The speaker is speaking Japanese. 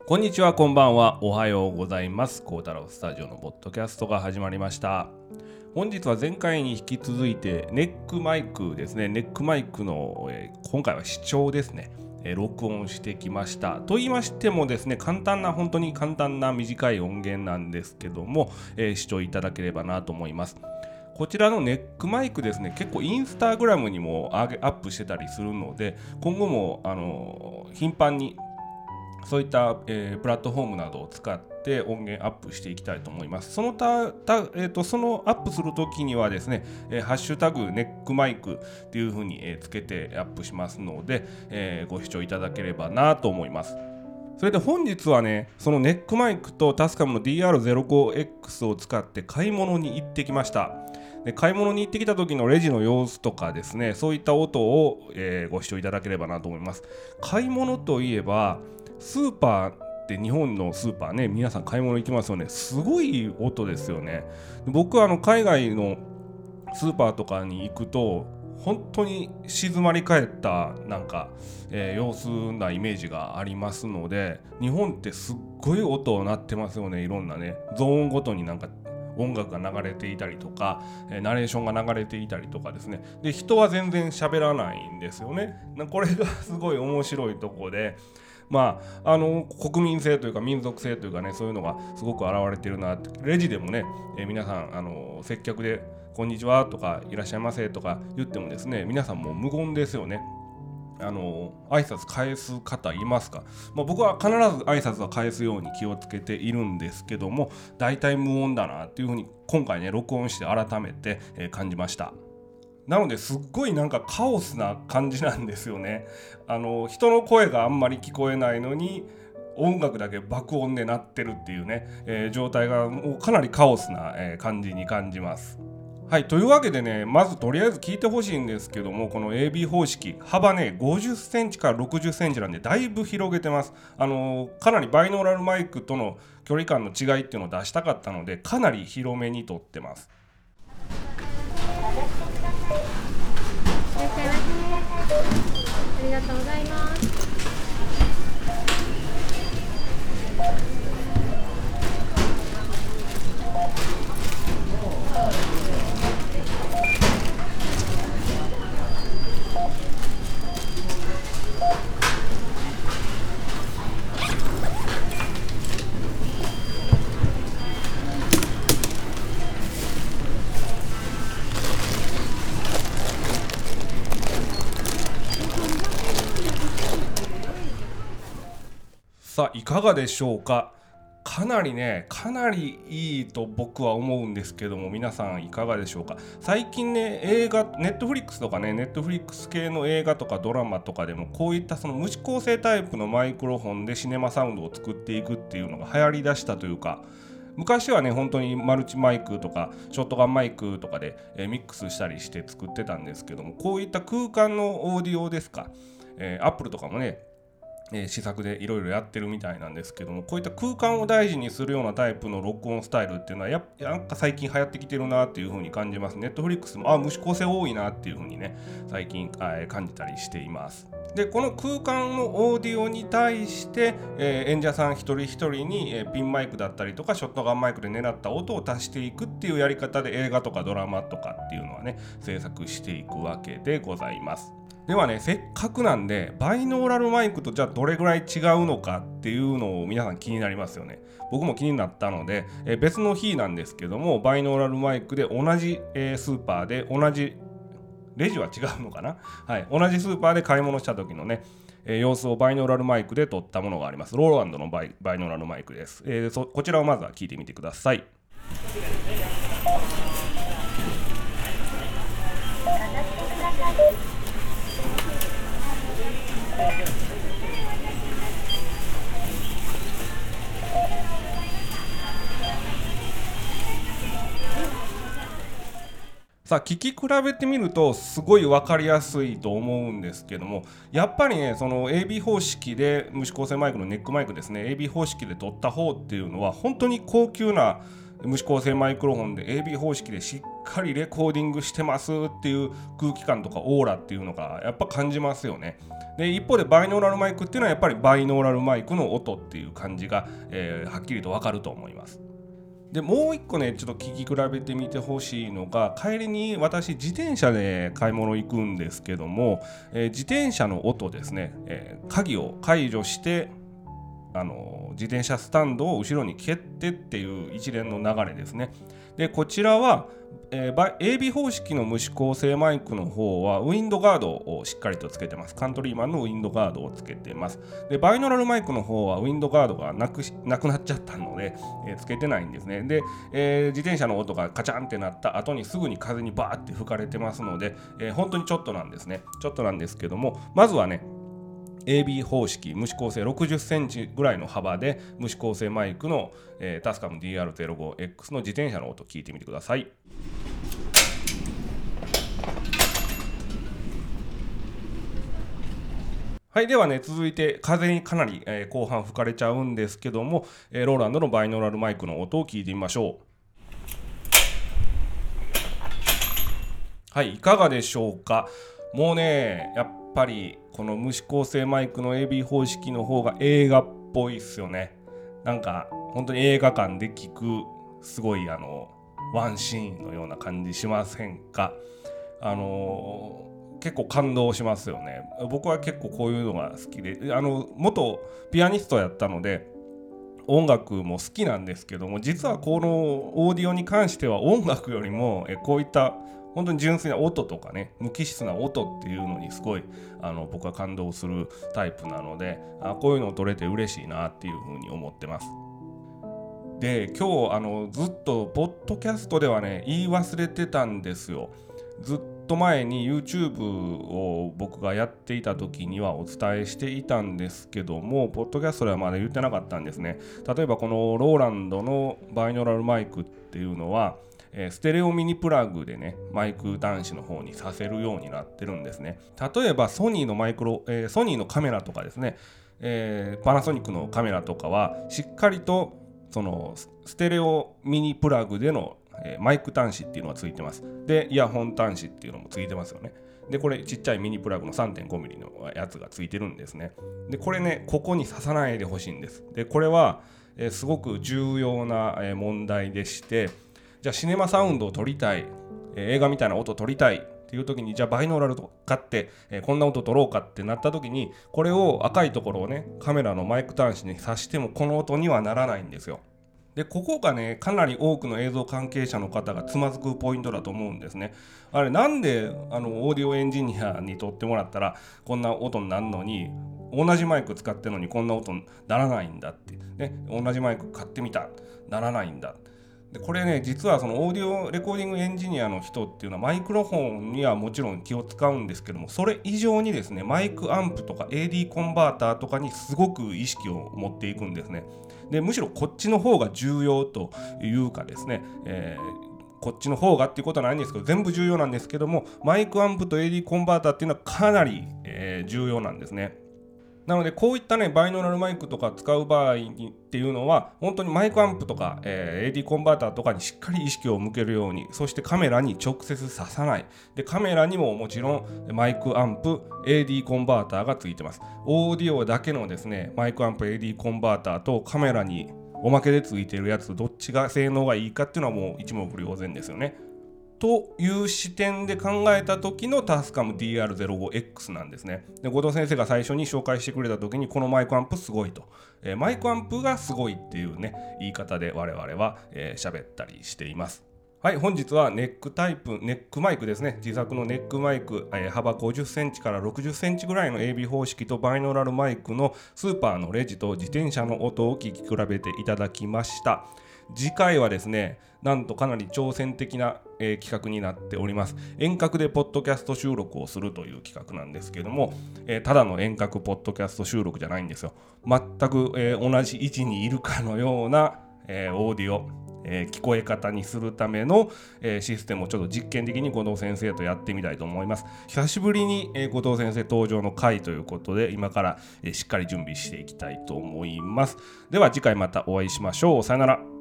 こんにちは、こんばんは、おはようございます。幸太郎スタジオのポッドキャストが始まりました。本日は前回に引き続いてネックマイクですね。ネックマイクの、今回は視聴ですね。録音してきました。と言いましてもですね、本当に簡単な短い音源なんですけども、視聴いただければなと思います。こちらのネックマイクですね、結構インスタグラムにもアップしてたりするので、今後も頻繁にそういった、プラットフォームなどを使って音源アップしていきたいと思います。そのアップするときにはですね、ハッシュタグネックマイクっていう風に、つけてアップしますので、ご視聴いただければなと思います。それで本日はね、そのネックマイクとタスカムの DR05X を使って買い物に行ってきました。で、買い物に行ってきた時のレジの様子とかですね、そういった音を、ご視聴いただければなと思います。買い物といえばスーパーって日本のスーパーね、皆さん買い物行きますよね。すごい音ですよね。僕は海外のスーパーとかに行くと本当に静まり返った様子なイメージがありますので、日本ってすっごい音鳴ってますよね。いろんなねゾーンごとに音楽が流れていたりとか、ナレーションが流れていたりとかですね。で、人は全然喋らないんですよね。これがすごい面白いとこで、国民性というか民族性というかね、そういうのがすごく現れてるなって。レジでもね、皆さん接客でこんにちはとかいらっしゃいませとか言ってもですね、皆さんもう無言ですよね。挨拶返す方いますか？僕は必ず挨拶は返すように気をつけているんですけども、大体無音だなっていうふうに今回ね録音して改めて、感じました。なのですっごいカオスな感じなんですよね。人の声があんまり聞こえないのに音楽だけ爆音で鳴ってるっていうね、状態がもうかなりカオスな、感じに感じます。はい、というわけでね、まずとりあえず聞いてほしいんですけども、この AB 方式幅ね50センチから60センチなんでだいぶ広げてます。かなりバイノーラルマイクとの距離感の違いっていうのを出したかったので、かなり広めにとってます。 いらっしゃいませ。ありがとうございます。 さあいかがでしょうか。かなりいいと僕は思うんですけども、皆さんいかがでしょうか。最近ね、映画ネットフリックスとかね、ネットフリックス系の映画とかドラマとかでもこういったその無指向性タイプのマイクロフォンでシネマサウンドを作っていくっていうのが流行りだしたというか、昔はね本当にマルチマイクとかショットガンマイクとかで、ミックスしたりして作ってたんですけども、こういった空間のオーディオですか、アップルとかもね試作でいろいろやってるみたいなんですけども、こういった空間を大事にするようなタイプの録音スタイルっていうのは最近流行ってきてるなっていう風に感じます。ネットフリックスも無指向性多いなっていう風にね最近、感じたりしています。で、この空間のオーディオに対して、演者さん一人一人に、ピンマイクだったりとかショットガンマイクで狙った音を足していくっていうやり方で映画とかドラマとかっていうのはね制作していくわけでございます。ではね、せっかくなんでバイノーラルマイクとじゃあどれぐらい違うのかっていうのを皆さん気になりますよね。僕も気になったので、別の日なんですけども、バイノーラルマイクで同じ、スーパーで同じレジは違うのかな、はい、同じスーパーで買い物した時のね、様子をバイノーラルマイクで撮ったものがあります。ローランドのバイノーラルマイクです。こちらをまずは聞いてみてください。さあ聞き比べてみるとすごい分かりやすいと思うんですけども、やっぱりねその AB 方式で無指向性マイクのネックマイクですね、 AB 方式で撮った方っていうのは本当に高級な無指向性マイクロフォンで AB 方式でしっかりレコーディングしてますっていう空気感とかオーラっていうのがやっぱ感じますよね。 で一方でバイノーラルマイクっていうのはやっぱりバイノーラルマイクの音っていう感じが、はっきりとわかると思います。でもう一個ねちょっと聞き比べてみてほしいのが、帰りに私自転車で買い物行くんですけども、自転車の音ですね、鍵を解除して自転車スタンドを後ろに蹴ってっていう一連の流れですね。でこちらは、AB 方式の無指向性マイクの方はウィンドガードをしっかりとつけてます。カントリーマンのウィンドガードをつけてます。でバイノーラルマイクの方はウィンドガードがなくなっちゃったので、つけてないんですね。で、自転車の音がカチャンってなった後にすぐに風にバーって吹かれてますので、本当にちょっとなんですね。ちょっとなんですけども、まずはねAB 方式無指向性60センチぐらいの幅で無指向性マイクの、タスカム DR05X の自転車の音を聞いてみてください。はい、ではね続いて風にかなり、後半吹かれちゃうんですけども、ローランドのバイノーラルマイクの音を聞いてみましょう。はい、いかがでしょうか。もうねやっぱりこの無指向性マイクの AB 方式の方が映画っぽいっすよね。なんか本当に映画館で聞くすごいワンシーンのような感じしませんか。結構感動しますよね。僕は結構こういうのが好きで、元ピアニストやったので音楽も好きなんですけども、実はこのオーディオに関しては音楽よりもこういった本当に純粋な音とかね無機質な音っていうのにすごい僕は感動するタイプなので、こういうのを撮れて嬉しいなっていうふうに思ってます。で今日ずっとポッドキャストではね言い忘れてたんですよ。ずっと前に YouTube を僕がやっていた時にはお伝えしていたんですけども、ポッドキャストではまだ言ってなかったんですね。例えばこのローランドのバイノーラルマイクっていうのはステレオミニプラグでねマイク端子の方にさせるようになってるんですね。例えばソニーのカメラとかですね、パナソニックのカメラとかはしっかりとそのステレオミニプラグでのマイク端子っていうのがついてます。でイヤホン端子っていうのもついてますよね。でこれちっちゃいミニプラグの 3.5mm のやつがついてるんですね。でこれねここに刺さないでほしいんです。でこれはすごく重要な問題でして、じゃあシネマサウンドを撮りたい、映画みたいな音を撮りたいっていう時に、じゃあバイノーラルと買って、こんな音撮ろうかってなった時に、これを赤いところをねカメラのマイク端子に挿してもこの音にはならないんですよ。でここがねかなり多くの映像関係者の方がつまずくポイントだと思うんですね。あれなんでオーディオエンジニアに撮ってもらったらこんな音になるのに、同じマイク使ってるのにこんな音にならないんだって、ね、同じマイク買ってみたならないんだ。でこれね実はそのオーディオレコーディングエンジニアの人っていうのはマイクロフォンにはもちろん気を使うんですけども、それ以上にですねマイクアンプとか AD コンバーターとかにすごく意識を持っていくんですね。でむしろこっちの方が重要というかですね、こっちの方がっていうことはないんですけど全部重要なんですけども、マイクアンプと AD コンバーターっていうのはかなり、重要なんですね。なのでこういったねバイノーラルマイクとか使う場合っていうのは本当にマイクアンプとか、AD コンバーターとかにしっかり意識を向けるように、そしてカメラに直接挿さないで、カメラにももちろんマイクアンプ AD コンバーターがついてます。オーディオだけのですねマイクアンプ AD コンバーターとカメラにおまけでついてるやつどっちが性能がいいかっていうのはもう一目瞭然ですよね。という視点で考えた時のタスカム DR05X なんですね。で後藤先生が最初に紹介してくれた時にこのマイクアンプすごいと、マイクアンプがすごいっていうね言い方で我々は喋ったりしています。はい、本日はネックマイクですね。自作のネックマイク、幅50センチから60センチぐらいの AB 方式とバイノーラルマイクのスーパーのレジと自転車の音を聞き比べていただきました。次回はですねなんとかなり挑戦的な、企画になっております。遠隔でポッドキャスト収録をするという企画なんですけども、ただの遠隔ポッドキャスト収録じゃないんですよ。全く、同じ位置にいるかのような、オーディオ、聞こえ方にするための、システムをちょっと実験的に後藤先生とやってみたいと思います。久しぶりに、後藤先生登場の回ということで今から、しっかり準備していきたいと思います。では次回またお会いしましょう。さよなら。